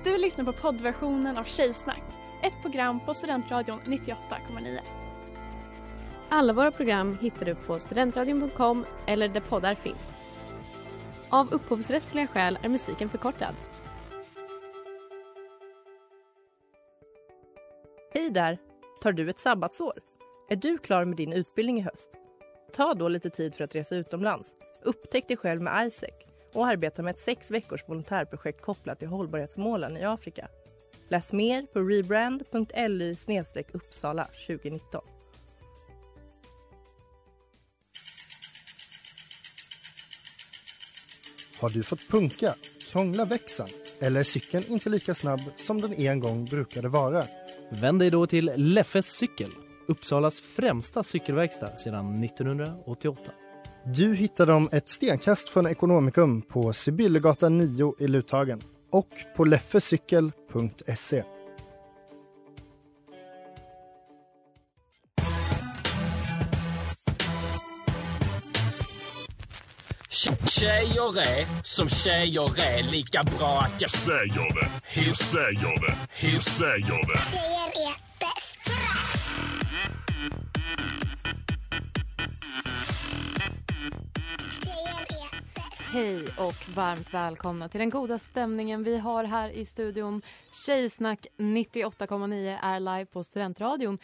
Du lyssnar på poddversionen av Tjejsnack, ett program på Studentradion 98,9. Alla våra program hittar du på studentradion.com eller där poddar finns. Av upphovsrättsliga skäl är musiken förkortad. Hej där! Tar du ett sabbatsår? Är du klar med din utbildning i höst? Ta då lite tid för att resa utomlands. Upptäck dig själv med ISEC och arbeta med ett 6 veckors volontärprojekt kopplat till hållbarhetsmålen i Afrika. Läs mer på rebrand.ly/Uppsala 2019. Har du fått punka, krångla växeln eller är cykeln inte lika snabb som den en gång brukade vara? Vänd dig då till Leffes cykel, Uppsalas främsta cykelverkstad sedan 1988. Du hittar dem ett stenkast från Ekonomikum på Sibyllegatan 9 i Luthagen och på leffecykel.se. Tjejer är som tjejer är, lika bra att jag säger det. Hur säger det? Hur säger det? Tjejer är bäst. Hej och varmt välkomna till den goda stämningen vi har här i studion. Tjejsnack 98,9 är live på Studentradion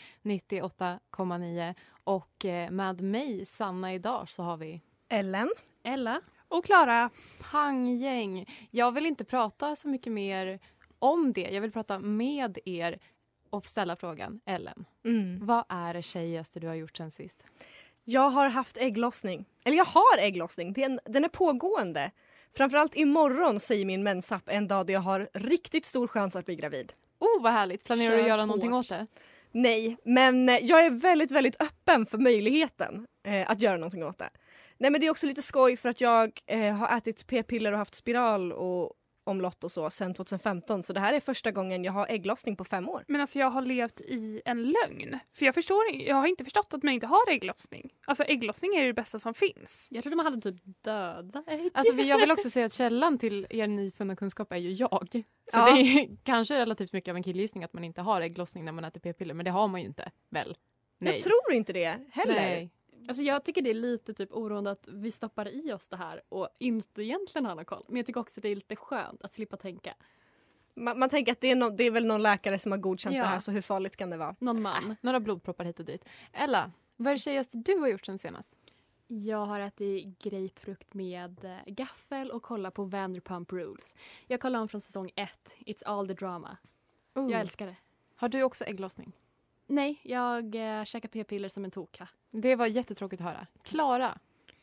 98,9. Och med mig, Sanna, idag så har vi Ellen, Ella Och Klara. Panggäng. Jag vill inte prata så mycket mer om det. Jag vill prata med er och ställa frågan. Ellen, vad är det tjejigaste du har gjort sen sist? Jag har haft ägglossning. Eller jag har ägglossning. Den är pågående. Framförallt imorgon säger min mensapp en dag då jag har riktigt stor chans att bli gravid. Vad härligt. Planerar du att göra någonting åt det? Nej, men jag är väldigt, väldigt öppen för möjligheten att göra någonting åt det. Nej, men det är också lite skoj för att jag har ätit p-piller och haft spiral och omlott och så sedan 2015. Så det här är första gången jag har ägglossning på 5 år. Men alltså jag har levt i en lögn. För jag har inte förstått att man inte har ägglossning. Alltså ägglossning är det bästa som finns. Jag trodde man hade typ döda ägg. Alltså jag vill också säga att källan till er nyfunna kunskap är ju jag. Så det är kanske relativt mycket av en killgissning att man inte har ägglossning när man äter p-piller. Men det har man ju inte, väl? Nej. Jag tror inte det heller. Nej. Alltså jag tycker det är lite typ oroande att vi stoppar i oss det här och inte egentligen har någon koll. Men jag tycker också det är lite skönt att slippa tänka. Man tänker att det är väl någon läkare som har godkänt det här, så hur farligt kan det vara? Någon man. Några blodproppar hit och dit. Ella, vad är det tjejigaste du har gjort sen senast? Jag har ätit grapefrukt med gaffel och kollat på Vanderpump Rules. Jag kollar om från säsong 1. It's all the drama. Jag älskar det. Har du också ägglossning? Nej, jag käkar p-piller som en toka. Det var jättetråkigt att höra. Klara?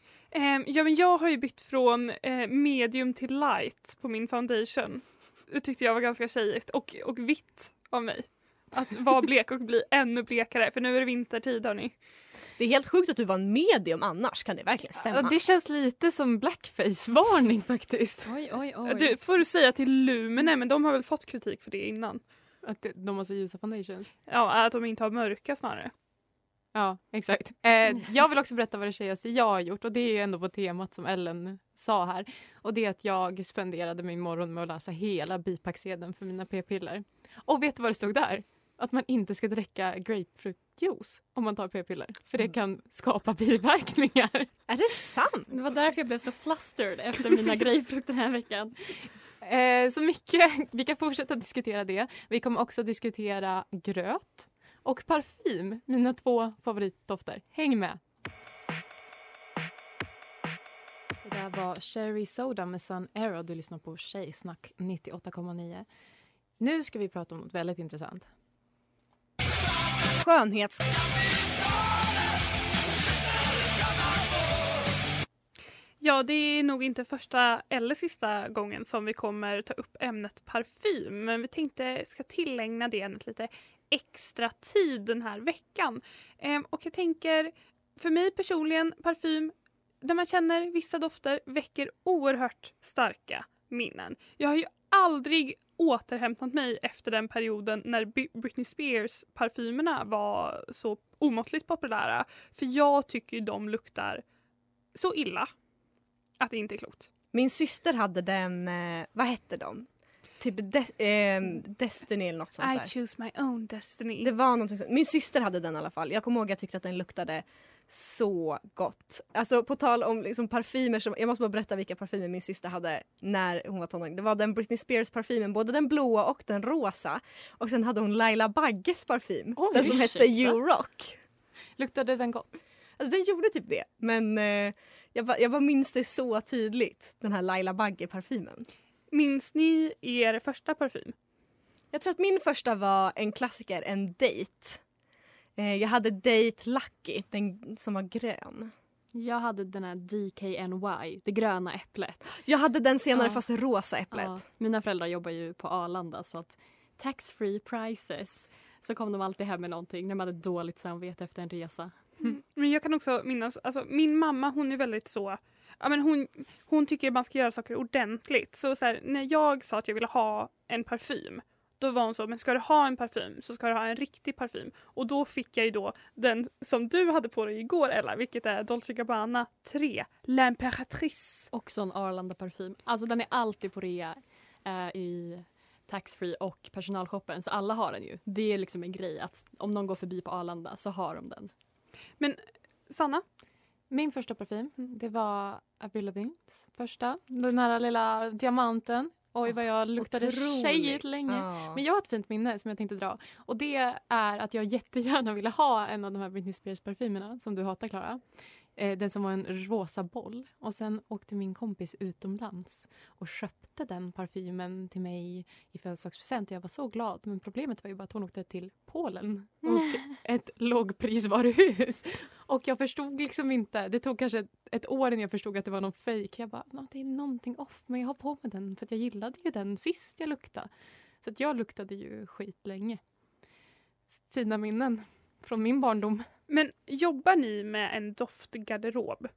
Ja, men jag har ju bytt från medium till light på min foundation. Det tyckte jag var ganska tjejigt. Och vitt av mig. Att vara blek och bli ännu blekare. För nu är det vintertid, hörni. Det är helt sjukt att du var en medium annars. Kan det verkligen stämma? Det känns lite som blackface-varning faktiskt. Oj. Det får du säga till Lumene, men de har väl fått kritik för det innan. Att de har så ljusa foundations? Ja, att de inte har mörka snarare. Ja, exakt. Jag vill också berätta vad det tjejigaste jag har gjort. Och det är ju ändå på temat som Ellen sa här. Och det är att jag spenderade min morgon med att läsa hela bipacksedeln för mina p-piller. Och vet du vad det stod där? Att man inte ska dricka grapefruitjuice om man tar p-piller. För det kan skapa biverkningar. Är det sant? Det var därför jag blev så flustered efter mina grapefrukt den här veckan. Så mycket. Vi kan fortsätta diskutera det. Vi kommer också diskutera gröt och parfym. Mina 2 favoritdofter. Häng med! Det där var Cherry Soda med Sun Aero. Du lyssnar på Tjejsnack 98,9. Nu ska vi prata om något väldigt intressant. Skönhets... Ja, det är nog inte första eller sista gången som vi kommer ta upp ämnet parfym. Men vi tänkte ska tillägna det ämnet lite extra tid den här veckan. Och jag tänker, för mig personligen, parfym, där man känner vissa dofter väcker oerhört starka minnen. Jag har ju aldrig återhämtat mig efter den perioden när Britney Spears parfymerna var så omåttligt populära. För jag tycker de luktar så illa att det inte är klokt. Min syster hade den, vad hette de? typ Destiny eller något sånt I där. choose my own destiny. Det var någonting sånt. Min syster hade den i alla fall. Jag kommer ihåg att jag tyckte att den luktade så gott. Alltså på tal om liksom parfymer, jag måste bara berätta vilka parfymer min syster hade när hon var tonåring. Det var den Britney Spears parfymen, både den blåa och den rosa. Och sen hade hon Laila Bagges parfym, den som hette You-Rock. Luktade den gott? Alltså den gjorde typ det, men jag bara minns det så tydligt, den här Laila Bagge-parfymen. Minns ni er första parfym? Jag tror att min första var en klassiker, en Date. Jag hade Date Lucky, den som var grön. Jag hade den här DKNY, det gröna äpplet. Jag hade den senare fast det rosa äpplet. Ja. Mina föräldrar jobbar ju på Arlanda så att tax-free prices. Så kom de alltid hem med någonting när man hade dåligt samvete efter en resa. Men jag kan också minnas, alltså min mamma hon är väldigt så, ja men hon tycker man ska göra saker ordentligt. Så här, när jag sa att jag ville ha en parfym, då var hon så, men ska du ha en parfym så ska du ha en riktig parfym. Och då fick jag ju då den som du hade på dig igår Ella, vilket är Dolce & Gabbana 3, L'Impératrice. Också en Arlanda-parfym. Alltså den är alltid på rea i taxfree och personalshoppen, så alla har den ju. Det är liksom en grej att om någon går förbi på Arlanda så har de den. Men Sanna? Min första parfym, det var Avril Lavignes första. Den här lilla diamanten. Oj, vad jag luktade tjejigt länge. Men jag har ett fint minne som jag tänkte dra. Och det är att jag jättegärna ville ha en av de här Britney Spears-parfymerna som du hatar, Klara. Den som var en rosa boll. Och sen åkte min kompis utomlands och köpte den parfymen till mig i födelsedagspresent. Jag var så glad. Men problemet var ju bara att hon åkte till Polen och ett lågprisvaruhus. Och jag förstod liksom inte. Det tog kanske ett år innan jag förstod att det var någon fejk. Jag bara, det är någonting off. Men jag har på med den för att jag gillade ju den sist jag luktade. Så att jag luktade ju skit länge. Fina minnen från min barndom. Men jobbar ni med en doftgarderob?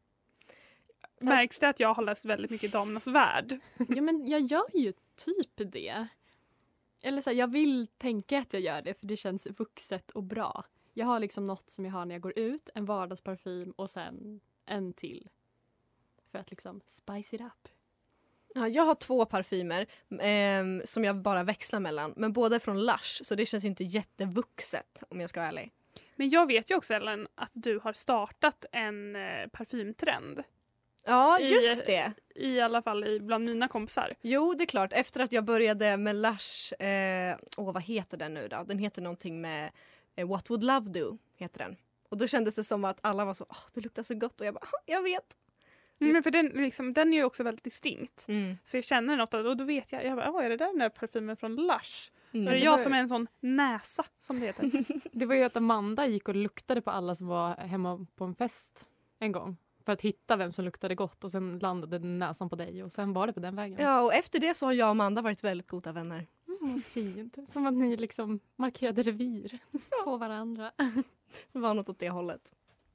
Märks det att jag har läst väldigt mycket Damernas Värld? Ja, men jag gör ju typ det. Eller så här, jag vill tänka att jag gör det för det känns vuxet och bra. Jag har liksom något som jag har när jag går ut, en vardagsparfym och sen en till. För att liksom spice it up. Ja, jag har 2 parfymer som jag bara växlar mellan. Men båda är från Lush, så det känns inte jättevuxet om jag ska vara ärlig. Men jag vet ju också, Ellen, att du har startat en parfymtrend. Ja, just det. I alla fall bland mina kompisar. Jo, det är klart. Efter att jag började med Lush, vad heter den nu då? Den heter någonting med What Would Love Do, heter den. Och då kändes det som att alla var så, det luktar så gott. Och jag bara, jag vet. Men för den är ju också väldigt distinkt. Så jag känner något och då vet jag bara, är det där den där parfymen från Lush? Då är det jag som är en sån näsa, som det heter. Det var ju att Amanda gick och luktade på alla som var hemma på en fest en gång. För att hitta vem som luktade gott och sen landade näsan på dig och sen var det på den vägen. Ja, och efter det så har jag och Amanda varit väldigt goda vänner. Fint. Som att ni liksom markerade revir på varandra. Det var något åt det hållet.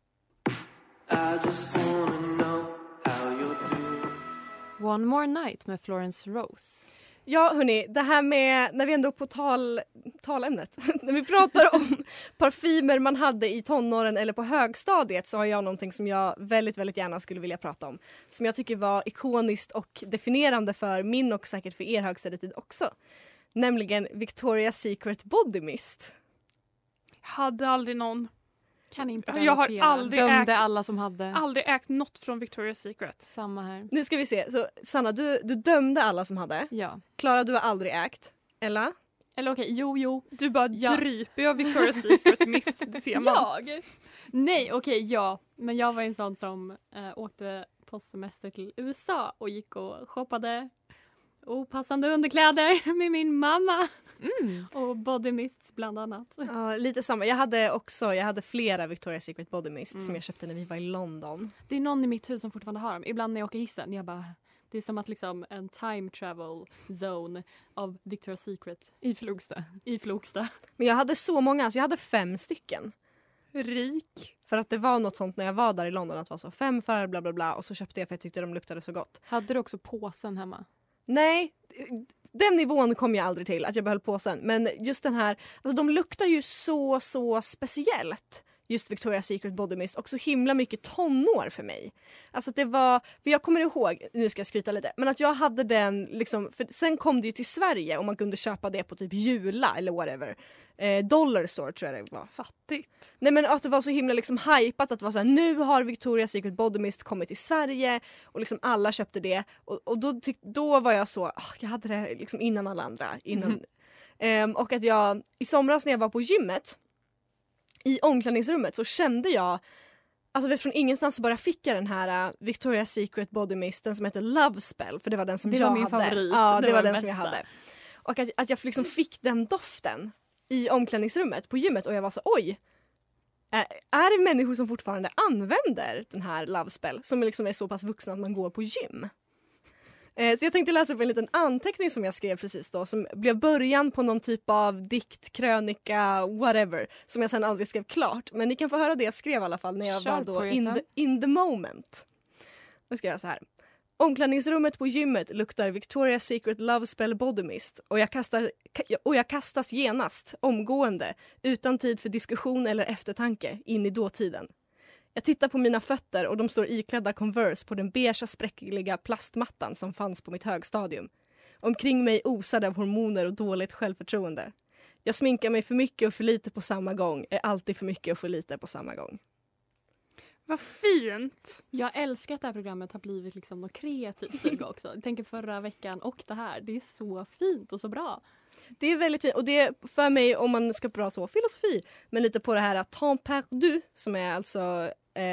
One More Night med Florence Rose. Ja, hörni, det här med, när vi ändå är på talämnet, när vi pratar om parfymer man hade i tonåren eller på högstadiet, så har jag någonting som jag väldigt, väldigt gärna skulle vilja prata om. Som jag tycker var ikoniskt och definierande för min och säkert för er högstadietid också. Nämligen Victoria's Secret Body Mist. Hade aldrig någon. Kan inte jag har aldrig ägt något från Victoria's Secret. Samma här. Nu ska vi se. Så Sanna, du dömde alla som hade. Ja. Klara, du har aldrig ägt. Eller okej, jo. Du bara dryper av Victoria's Secret Mist, det ser man. Jag? Nej, ja. Men jag var en sån som åkte på semester till USA och gick och shoppade opassande underkläder med min mamma. Och body mists bland annat. Ja, lite samma. Jag hade flera Victoria's Secret Body Mists som jag köpte när vi var i London. Det är någon i mitt hus som fortfarande har dem. Ibland när jag åker hissen, det är som att liksom en time travel zone av Victoria's Secret. I Flogsta. Men jag hade så många, så jag hade 5 stycken. Rik. För att det var något sånt när jag var där i London, att det var så 5 färger, bla bla bla. Och så köpte jag för jag tyckte de luktade så gott. Hade du också påsen hemma? Nej, den nivån kom jag aldrig till, att jag behöll påsen. Men just den här, alltså de luktar ju så speciellt. just Victoria's Secret Body Mist och så himla mycket tonår för mig. Alltså det var, för jag kommer ihåg, nu ska jag skryta lite, men att jag hade den liksom, för sen kom det ju till Sverige och man kunde köpa det på typ Jula eller whatever. Dollar Store tror jag det var. Fattigt. Nej men att det var så himla liksom hypat att det var så här, nu har Victoria's Secret Body Mist kommit till Sverige och liksom alla köpte det och då var jag så, jag hade det liksom innan alla andra. Och att jag i somras när jag var på gymmet i omklädningsrummet så kände jag, alltså från ingenstans så bara fick jag den här Victoria's Secret Body Mist, den som heter Love Spell, för det var den som det jag var min hade. favorit. Ja, det var den bästa. som jag hade. Och att jag liksom fick den doften i omklädningsrummet på gymmet och jag var så, oj, är det människor som fortfarande använder den här Love Spell som liksom är så pass vuxna att man går på gym? Så jag tänkte läsa upp en liten anteckning som jag skrev precis då som blev början på någon typ av dikt, krönika, whatever som jag sen aldrig skrev klart. Men ni kan få höra det jag skrev i alla fall när jag var då in the moment. Nu ska jag så här. Omklädningsrummet på gymmet luktar Victoria's Secret Love Spell Body Mist och jag kastas genast, omgående, utan tid för diskussion eller eftertanke, in i dåtiden. Jag tittar på mina fötter och de står iklädda Converse på den beige spräckliga plastmattan som fanns på mitt högstadium. Omkring mig osar av hormoner och dåligt självförtroende. Jag sminkar mig för mycket och för lite på samma gång, är alltid för mycket och för lite på samma gång. Vad fint! Jag älskar att det här programmet har blivit liksom något kreativt stuga också. Jag tänker förra veckan och det här. Det är så fint och så bra. Det är väldigt fint och det är för mig, om man ska prata så filosofi, men lite på det här temps perdu som är alltså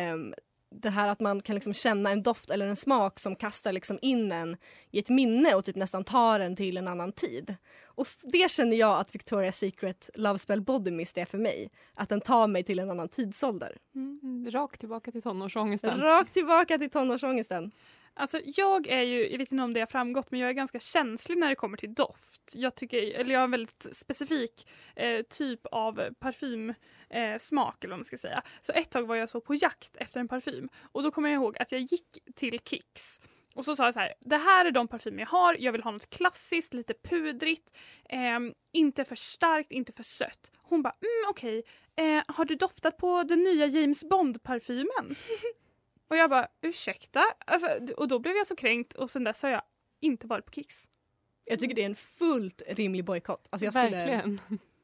det här att man kan liksom känna en doft eller en smak som kastar liksom in en i ett minne och typ nästan tar en till en annan tid. Och det känner jag att Victoria's Secret Love Spell Body Mist är för mig. Att den tar mig till en annan tidsålder. Rakt tillbaka till tonårsångesten. Rakt tillbaka till tonårsångesten. Alltså jag vet inte om det har framgått, men jag är ganska känslig när det kommer till doft. Jag har en väldigt specifik typ av parfymsmak eller vad man ska säga. Så ett tag var jag så på jakt efter en parfym och då kommer jag ihåg att jag gick till Kicks. Och så sa jag så här, det här är de parfymer jag har. Jag vill ha något klassiskt, lite pudrigt. Inte för starkt, inte för sött. Hon bara, okej. Har du doftat på den nya James Bond-parfymen? Och jag bara, ursäkta? Alltså, och då blev jag så kränkt och sen dess har jag inte varit på Kicks. Jag tycker det är en fullt rimlig bojkott. Alltså Verkligen.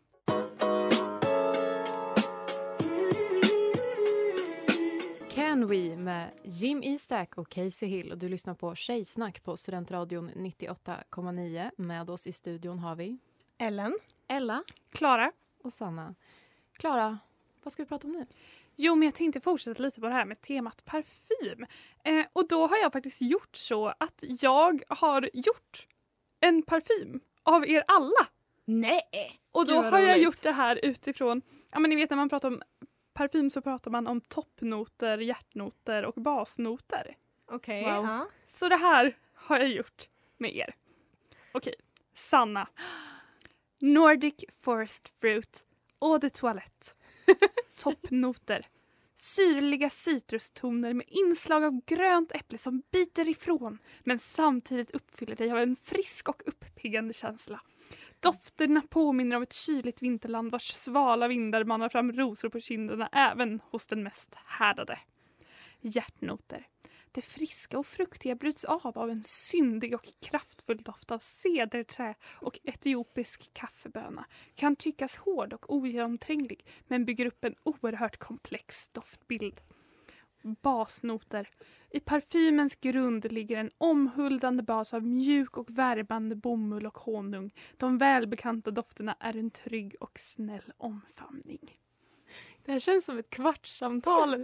Can We med Jim Eastack och Casey Hill och du lyssnar på Tjejsnack på Studentradion 98,9. Med oss i studion har vi Ellen, Ella, Klara och Sanna. Klara, vad ska vi prata om nu? Jo, men jag tänkte fortsätta lite på det här med temat parfym. Och då har jag faktiskt gjort så att jag har gjort en parfym av er alla. Nej! Och då har jag gjort det här utifrån, ja men ni vet när man pratar om parfym så pratar man om toppnoter, hjärtnoter och basnoter. Okej. Wow. Ja. Så det här har jag gjort med er. Okej, Sanna. Nordic Forest Fruit Eau de Toilette. Toppnoter. Syrliga citrustoner med inslag av grönt äpple som biter ifrån men samtidigt uppfyller dig av en frisk och uppiggande känsla. Dofterna påminner om ett kyligt vinterland vars svala vindar manar fram rosor på kinderna även hos den mest härdade. Hjärtnoter. Det friska och fruktiga bryts av en syndig och kraftfull doft av cederträ och etiopisk kaffeböna. Kan tyckas hård och ogenomtränglig men bygger upp en oerhört komplex doftbild. Basnoter. I parfymens grund ligger en omhuldande bas av mjuk och värmande bomull och honung. De välbekanta dofterna är en trygg och snäll omfamning. Det här känns som ett kvartssamtal.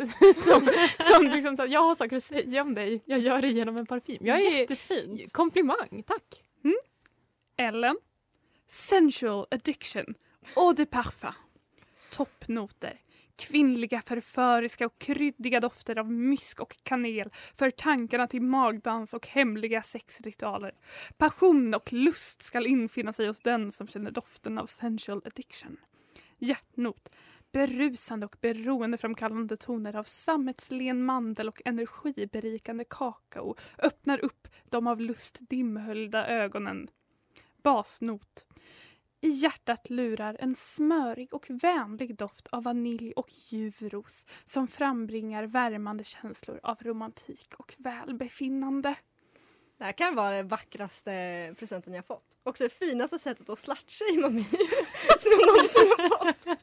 som liksom så, jag har saker att säga om dig. Jag gör det genom en parfym. Jag är jättefint. Komplimang, tack. Ellen. Sensual Addiction. Eau de Parfum. Toppnoter. Kvinnliga, förföriska och kryddiga dofter av mysk och kanel för tankarna till magdans och hemliga sexritualer. Passion och lust ska infinna sig hos den som känner doften av sensual addiction. Hjärtnot. Berusande och beroendeframkallande toner av sammetslen mandel och energiberikande kakao öppnar upp de av lust dimhöljda ögonen. Basnot. I hjärtat lurar en smörig och vänlig doft av vanilj och ljuvros som frambringar värmande känslor av romantik och välbefinnande. Det här kan vara det vackraste presenten jag fått. Också det finaste sättet att slutshamea mig som jag någonsin har fått.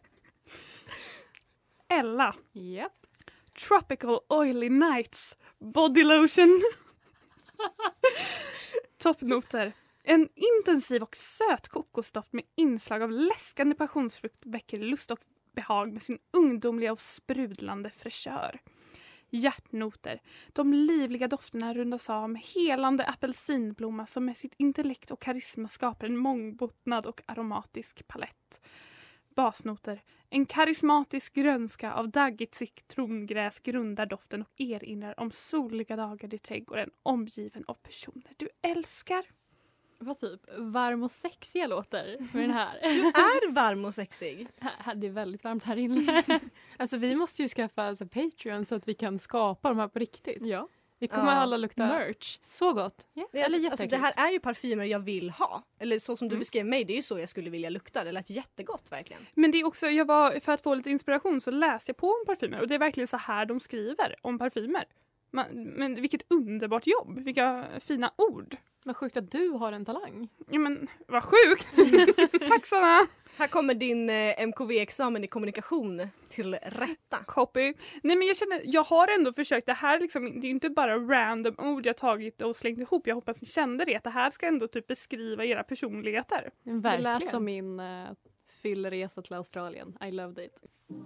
Ella. Japp. Tropical Oily Nights Body Lotion. Toppnoter. En intensiv och söt kokosdoft med inslag av läskande passionsfrukt väcker lust och behag med sin ungdomliga och sprudlande fräschör. Hjärtnoter. De livliga dofterna rundas av med helande apelsinblomma som med sitt intellekt och karisma skapar en mångbottnad och aromatisk palett. Basnoter. En karismatisk grönska av daggigt citrongräs grundar doften och erinrar om soliga dagar i trädgården omgiven av personer du älskar. Vad typ varm och sexig låter med den här. Du är varm och sexig. Det är väldigt varmt här inne. Alltså vi måste ju skaffa Patreon så att vi kan skapa de här på riktigt. Ja. Vi kommer alla lukta merch. Så gott. Yeah. Alltså, det här är ju parfymer jag vill ha. Eller så som du beskrev mig, det är ju så jag skulle vilja lukta. Det lät jättegott verkligen. Men det är också, för att få lite inspiration så läser jag på om parfymer. Och det är verkligen så här de skriver om parfymer. Men vilket underbart jobb. Vilka fina ord. Vad sjukt att du har en talang. Ja men vad sjukt. Tack Sanna. Här kommer din MKV-examen i kommunikation till rätta. Copy. Nej men jag har ändå försökt. Det här liksom, det är inte bara random ord jag tagit och slängt ihop. Jag hoppas ni kände det. Att det här ska ändå typ beskriva era personligheter. Verkligen. Det lät som min fyllresa till Australien. I loved it.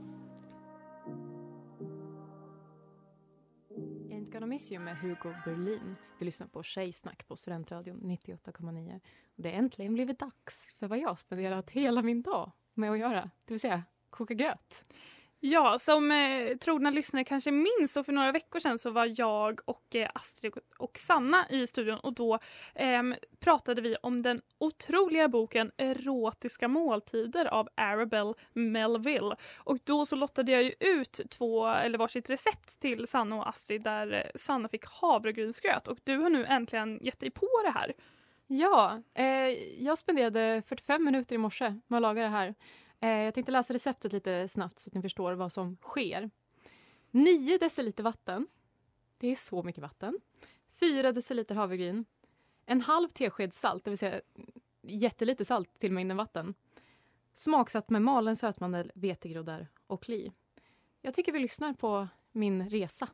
Ain't gonna miss you med Hugo Berlin. Du lyssnar på Tjejsnack på Studentradion 98,9. Det är äntligen blivit dags för vad jag spenderat hela min dag med att göra. Det vill säga koka gröt. Ja, som trogna lyssnare kanske minns så för några veckor sedan så var jag och Astrid och Sanna i studion och då pratade vi om den otroliga boken Erotiska måltider av Arabelle Melville. Och då så lottade jag ju ut varsitt recept till Sanna och Astrid där Sanna fick havregrynsgröt och du har nu äntligen gett dig på det här. Ja, jag spenderade 45 minuter i morse med att laga det här. Jag tänkte läsa receptet lite snabbt så att ni förstår vad som sker. 9 deciliter vatten. Det är så mycket vatten. 4 deciliter havregryn. En halv tesked salt, det vill säga jättelite salt till mängden vatten. Smaksatt med malen sötmandel, vetegroddar och kli. Jag tycker vi lyssnar på min resa.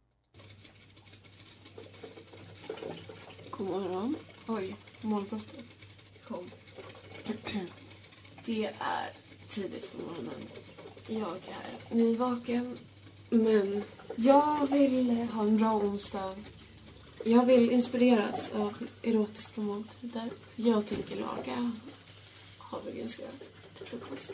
God morgon. Oj, morgonbrottet kom. Det är tidigt på morgonen. Jag är nyvaken. Men jag vill ha en bra onsdag. Jag vill inspireras av erotiska måltider. Jag tänker laga havregrynsgröt till frukost.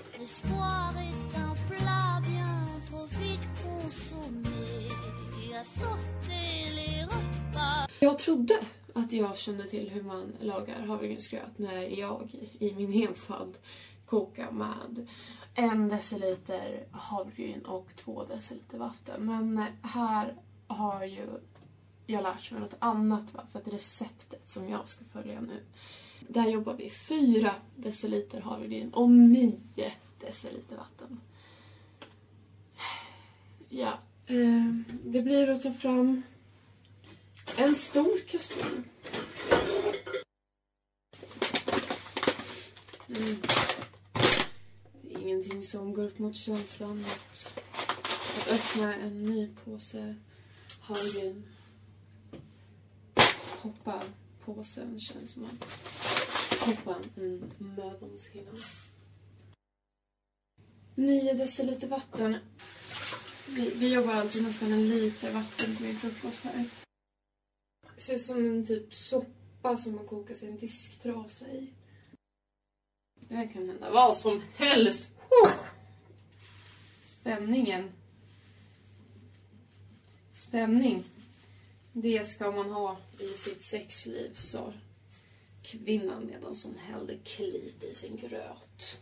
Jag trodde att jag kände till hur man lagar havregrynsgröt när jag i min enfald kokar med 1 deciliter havregryn och 2 deciliter vatten. Men här har ju jag lärt mig något annat för att receptet som jag ska följa nu. Där jobbar vi 4 deciliter havregryn och 9 deciliter vatten. Ja, det blir att ta fram en stor kastrull. Det är ingenting som går upp mot känslan att öppna en ny påse havregryn. Hoppa påsen känns som att hoppa en mödomshinna. 9 deciliter vatten. Vi jobbar alltså nästan 1 liter vatten på min frukost här. Det ser ut som en typ soppa som man kokar sig en disktrasa i. Det här kan hända vad som helst. Spänning. Det ska man ha i sitt sexliv, sa kvinnan medan hon hällde klit i sin gröt.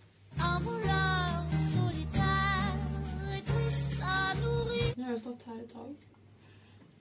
Nu har jag stått här ett tag.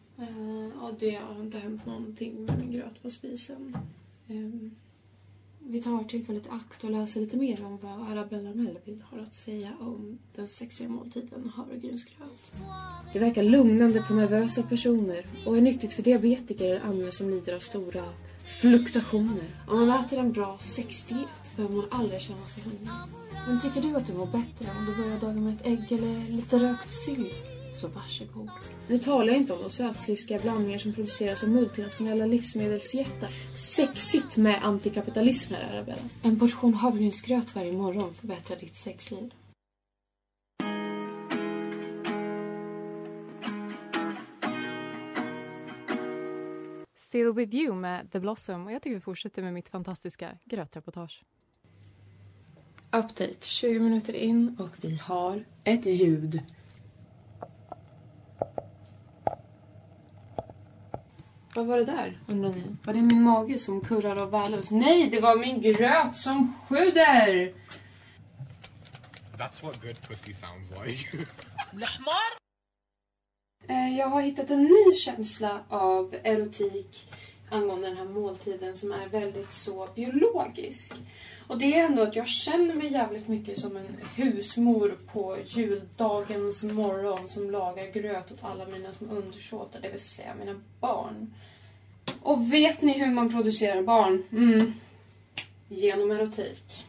Och det har inte hänt någonting med min gröt på spisen. vi tar tillfället i akt och läser lite mer om vad Arabella Melville har att säga om den sexiga måltiden havregrynsgröt. Det verkar lugnande på nervösa personer och är nyttigt för diabetiker eller andra som lider av stora fluktuationer. Om man äter en bra sexdiet behöver man aldrig känna sig hungrig. Men tycker du att du mår bättre om du börjar dagen med ett ägg eller lite rökt sill? Så varsågod. Nu talar jag inte om de sötsliska blandningar som produceras av multinationella livsmedelsjättar. Sexigt med antikapitalism här, Arabella. En portion havregrynsgröt varje morgon förbättrar ditt sexliv. Still with you med The Blossom. Och jag tycker vi fortsätter med mitt fantastiska grötreportage. Update 20 minuter in och vi har ett ljud. Vad var det där, undrar ni? Var det min mage som kurrar av värlös? Nej, det var min gröt som sjuder! That's what good pussy sounds like. Jag har hittat en ny känsla av erotik angående den här måltiden som är väldigt så biologisk. Och det är ändå att jag känner mig jävligt mycket som en husmor på juldagens morgon som lagar gröt åt alla mina små undersåtar, det vill säga mina barn. Och vet ni hur man producerar barn? Genom erotik.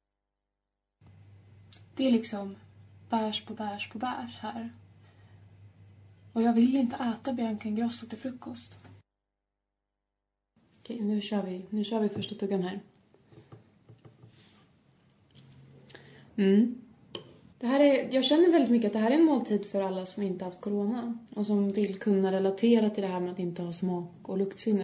Det är liksom bärs på bärs på bärs här. Och jag vill inte äta Bianca Ingrosso till frukost. Okej, nu kör vi första tuggan här. Det här jag känner väldigt mycket att det här är en måltid för alla som inte haft corona. Och som vill kunna relatera till det här med att inte ha smak och luktsinne.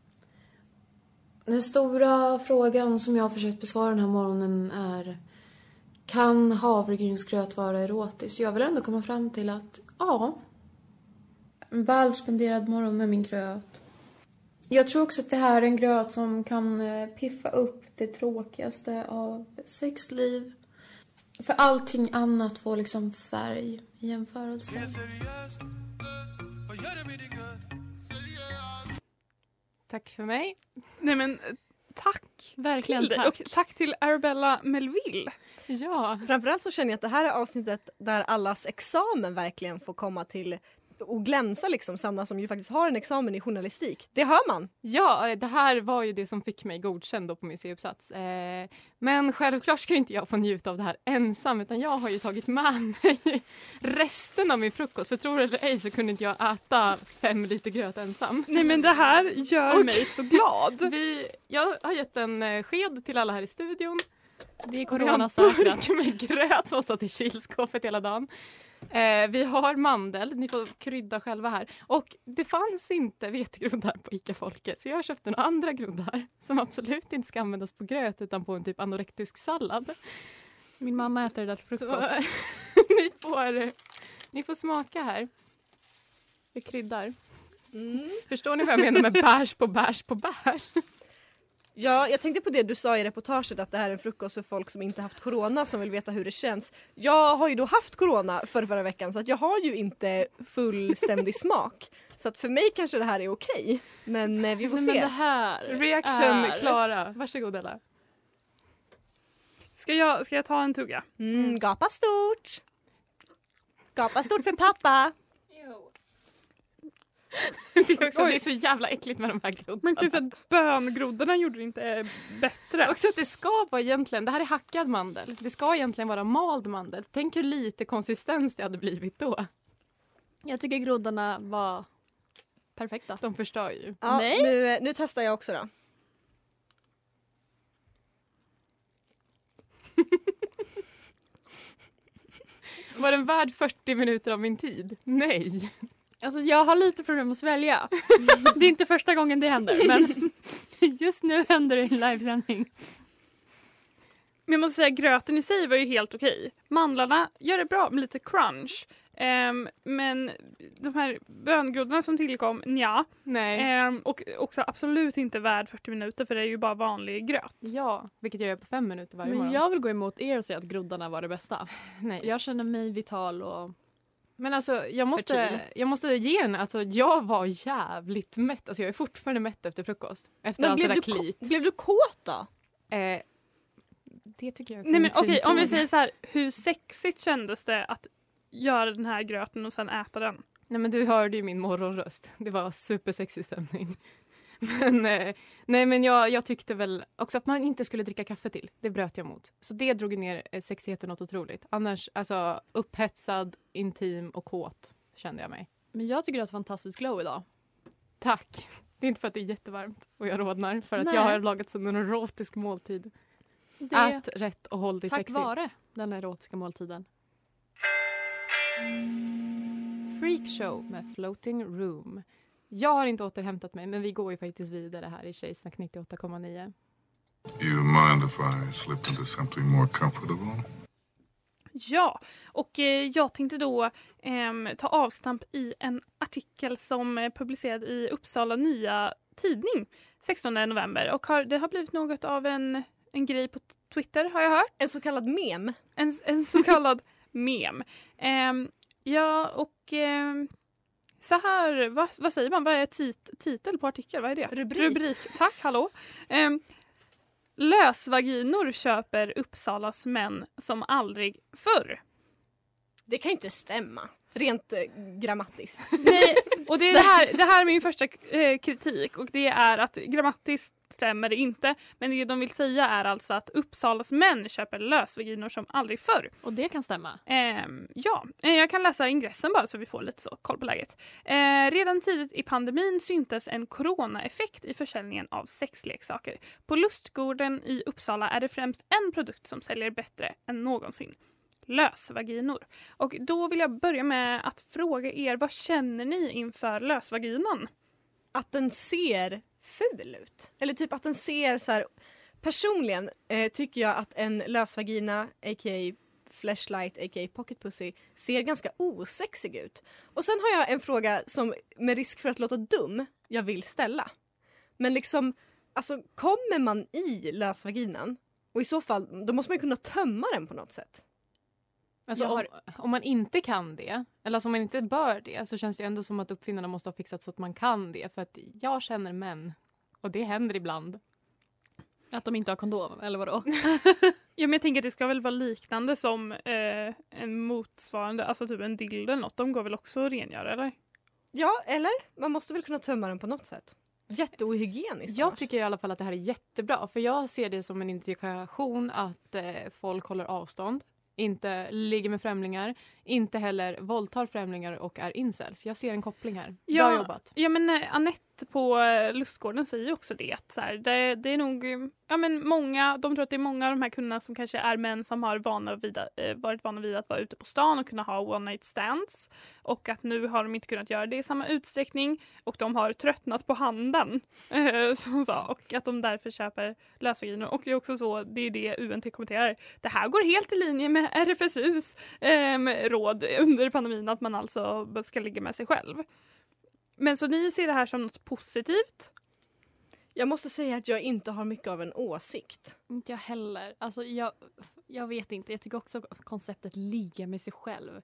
Den stora frågan som jag har försökt besvara den här morgonen är: kan havregrynsgröt vara erotiskt? Jag vill ändå komma fram till att ja, en väl spenderad morgon med min gröt. Jag tror också att det här är en gröt som kan piffa upp det tråkigaste av sexliv. För allting annat får liksom färg i jämförelse. Tack för mig. Nej men tack. Verkligen tack. Och tack till Arabella Melville. Ja. Framförallt så känner jag att det här är avsnittet där allas examen verkligen får komma till och glänsa liksom. Sanna som ju faktiskt har en examen i journalistik. Det hör man. Ja, det här var ju det som fick mig godkänd då på min C-uppsats. Men självklart ska inte jag få njuta av det här ensam, utan jag har ju tagit med mig resten av min frukost. För tror eller ej så kunde inte jag äta 5 liter gröt ensam. Nej men det här gör mig så glad. Jag har gett en sked till alla här i studion. Det är coronasäkrat. Med gröt som har stått i kylskåpet hela dagen. Vi har mandel, ni får krydda själva här. Och det fanns inte vetegroddar på Ica Folke, så jag köpte några andra groddar som absolut inte ska användas på gröt utan på en typ anorektisk sallad. Min mamma äter det där till frukost. Så, ni får smaka här. Vi kryddar. Förstår ni vad jag menar med bärs på bärs på bärs? Ja, jag tänkte på det du sa i reportaget att det här är en frukost för folk som inte haft corona som vill veta hur det känns. Jag har ju då haft corona förra veckan så att jag har ju inte fullständig smak. Så att för mig kanske det här är okej. Men vi får se. Men det här reaction Klara. Varsågod Ella. Ska jag ta en tugga? Gapa stort. Gapa stort för pappa. Det är så jävla äckligt med de här groddarna. Men kan säga att böngroddarna gjorde det inte bättre. Också att det ska vara egentligen, det här är hackad mandel. Det ska egentligen vara mald mandel. Tänk hur lite konsistens det hade blivit då. Jag tycker groddarna var perfekta. De förstör ju. Ja, nu testar jag också då. Var den värd 40 minuter av min tid? Nej. Alltså jag har lite problem att svälja. Det är inte första gången det händer, men just nu händer det i livesändning. Men jag måste säga, gröten i sig var ju helt okej. Mandlarna gör det bra med lite crunch. Men de här böngroddarna som tillkom, nej. Och också absolut inte värd 40 minuter för det är ju bara vanlig gröt. Ja, vilket jag gör på 5 minuter varje morgon. Men jag vill gå emot er och säga att groddarna var det bästa. Nej. Jag känner mig vital och... Men alltså, jag måste ge en, alltså jag var jävligt mätt. Alltså jag är fortfarande mätt efter frukost. Efter men allt det där klit. Blev du kåt då? Det tycker jag är Nej, men en fin okej, om vi fråga. säger så här, hur sexigt kändes det att göra den här gröten och sen äta den? Nej, men du hörde ju min morgonröst. Det var supersexig stämning. Men, nej, men jag tyckte väl också att man inte skulle dricka kaffe till. Det bröt jag mot. Så det drog ner sexigheten något otroligt. Annars, alltså upphetsad, intim och kåt kände jag mig. Men jag tycker du har ett fantastiskt glow idag. Tack. Det är inte för att det är jättevarmt och jag rodnar. För att Nej. jag har lagat en erotisk måltid. Det Ät rätt och håll dig tack sexig. vare den erotiska måltiden. Freakshow med Floating Room. Jag har inte återhämtat mig, men vi går ju faktiskt vidare här i Tjejsnack 98,9. You mind if I slip into something more comfortable? Ja, och jag tänkte då ta avstamp i en artikel som är publicerad i Uppsala Nya Tidning 16 november. Och det har blivit något av en grej på Twitter, har jag hört. En så kallad mem. En så kallad mem. Ja, och så här, vad säger man? Vad är titel på artikel? Vad är det? Rubrik. Tack, hallå. Lösvaginor köper Uppsalas män som aldrig förr. Det kan ju inte stämma. Rent grammatiskt. Nej, och det här är min första kritik. Och det är att grammatiskt stämmer det inte. Men det de vill säga är alltså att Uppsalas män köper lösvaginor som aldrig förr. Och det kan stämma. Ja, jag kan läsa ingressen bara så vi får lite så koll på läget. Redan tidigt i pandemin syntes en coronaeffekt i försäljningen av sexleksaker. På Lustgården i Uppsala är det främst en produkt som säljer bättre än någonsin. Lösvaginor. Och då vill jag börja med att fråga er, vad känner ni inför lösvaginan? Att den ser ful ut. Eller typ att den ser så här. Personligen tycker jag att en lösvagina, a.k.a. flashlight, a.k.a. pocket pussy, ser ganska osexig ut. Och sen har jag en fråga som med risk för att låta dum jag vill ställa. Men liksom, alltså kommer man i lösvaginan och i så fall, då måste man kunna tömma den på något sätt. Alltså, om man inte kan det, eller alltså om man inte bör det, så känns det ändå som att uppfinnarna måste ha fixat så att man kan det. För att jag känner män, och det händer ibland. Att de inte har kondom, eller vadå? Ja, men jag tänker att det ska väl vara liknande som en motsvarande, alltså typ en dildo eller något. De går väl också att rengöra, eller? Ja, eller? Man måste väl kunna tömma den på något sätt. Jätteohygieniskt. Jag tycker i alla fall att det här är jättebra. För jag ser det som en indikation att folk håller avstånd. Inte ligger med främlingar. Inte heller våldtar främlingar och är incels. Jag ser en koppling här. Ja, bra jobbat. Ja, men Anette på Lustgården säger ju också det. Att så här, det är nog många, de tror att det är många av de här kunderna som kanske är män som har varit vana vid att vara ute på stan och kunna ha one night stands. Och att nu har de inte kunnat göra det i samma utsträckning. Och de har tröttnat på handeln. Som hon sa. Och att de därför köper lösvaginor. Och det är också så, det är det UNT kommenterar. Det här går helt i linje med RFSUs råd under pandemin att man alltså ska ligga med sig själv. Men så ni ser det här som något positivt? Jag måste säga att jag inte har mycket av en åsikt. Inte jag heller. Alltså jag vet inte. Jag tycker också konceptet ligga med sig själv.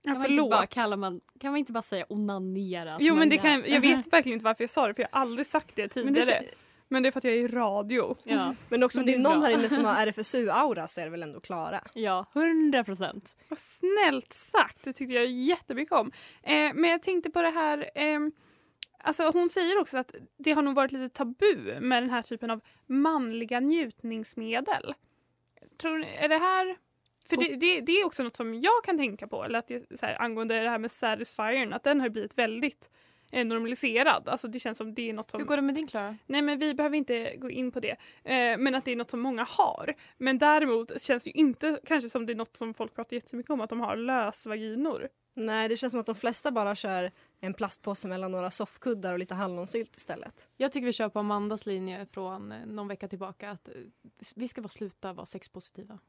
Kan man inte bara säga onanera? Jo, men jag vet verkligen inte varför jag sa det, för jag har aldrig sagt det tidigare. Men det är för att jag är i radio. Ja. Men också om det är någon här inne som har RFSU-aura så är det väl ändå Klara. Ja, 100%. Vad snällt sagt. Det tyckte jag jättemycket om. Men jag tänkte på det här. Alltså hon säger också att det har nog varit lite tabu med den här typen av manliga njutningsmedel. Tror ni, är det här... För det är också något som jag kan tänka på. Eller att det, så här, angående det här med Satisfyern. Att den har blivit väldigt normaliserad. Alltså det känns som det är något som... Hur går det med din, Klara? Nej, men vi behöver inte gå in på det. Men att det är något som många har. Men däremot känns det ju inte kanske som det är något som folk pratar jättemycket om. Att de har lösvaginor. Nej, det känns som att de flesta bara kör en plastpåse mellan några soffkuddar och lite hallonsylt istället. Jag tycker vi kör på Amandas linje från någon vecka tillbaka. Att vi ska sluta vara sexpositiva.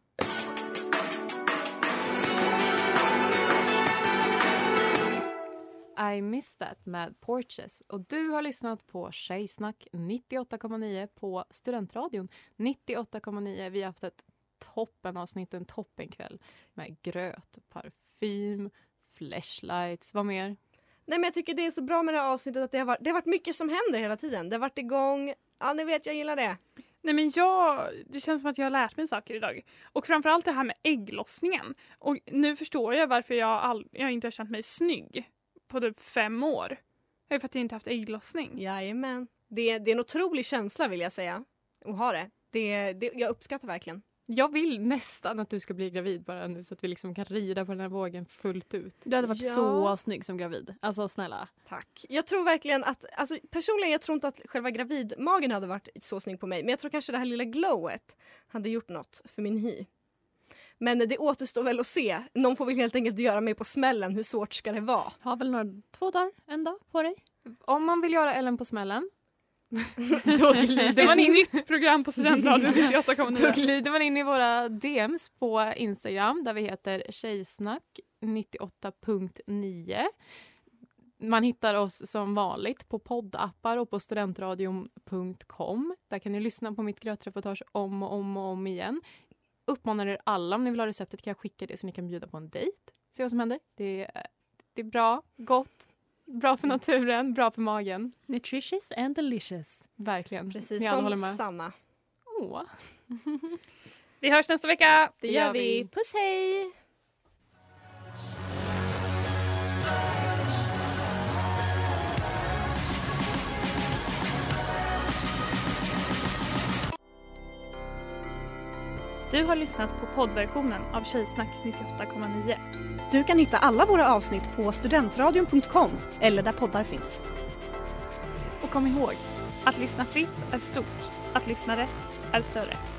I Miss That med Porches. Och du har lyssnat på Tjejsnack 98,9 på Studentradion 98,9. Vi har haft ett toppenavsnitt, en toppenkväll med gröt, parfym, flashlights. Vad mer? Nej, men jag tycker det är så bra med det här avsnittet att det har varit mycket som händer hela tiden. Det har varit igång. Ja, ni vet, jag gillar det. Nej, men det känns som att jag har lärt mig saker idag. Och framförallt det här med ägglossningen. Och nu förstår jag varför jag inte har känt mig snygg på typ 5 år. Det är för att jag inte haft ägglossning. Jajamän. Det är en otrolig känsla vill jag säga. Och ha det. Jag uppskattar verkligen. Jag vill nästan att du ska bli gravid bara nu så att vi liksom kan rida på den här vågen fullt ut. Du hade varit så snygg som gravid. Alltså snälla. Tack. Jag tror verkligen att, alltså personligen jag tror inte att själva gravidmagen hade varit så snygg på mig. Men jag tror kanske det här lilla glowet hade gjort något för min hy. Men det återstår väl att se. Någon får väl helt enkelt göra mig på smällen. Hur svårt ska det vara? Har väl 2 dagar, en dag på dig? Om man vill göra Ellen på smällen då glider man in. Nytt program på Studentradion 98,9. Då glider man in i våra DMs på Instagram där vi heter Tjejsnack 98.9. Man hittar oss som vanligt på poddappar och på studentradion.com. Där kan ni lyssna på mitt grötreportage om och om igen. Uppmanar er alla, om ni vill ha receptet kan jag skicka det så ni kan bjuda på en dejt. Se vad som händer. Det är bra, gott. Bra för naturen, bra för magen. Nutritious and delicious. Verkligen. Precis ni alla som håller med. Sanna. Åh. Vi hörs nästa vecka. Det gör vi. Puss hej! Du har lyssnat på poddversionen av Tjejsnack 98,9. Du kan hitta alla våra avsnitt på studentradion.com eller där poddar finns. Och kom ihåg, att lyssna fritt är stort, att lyssna rätt är större.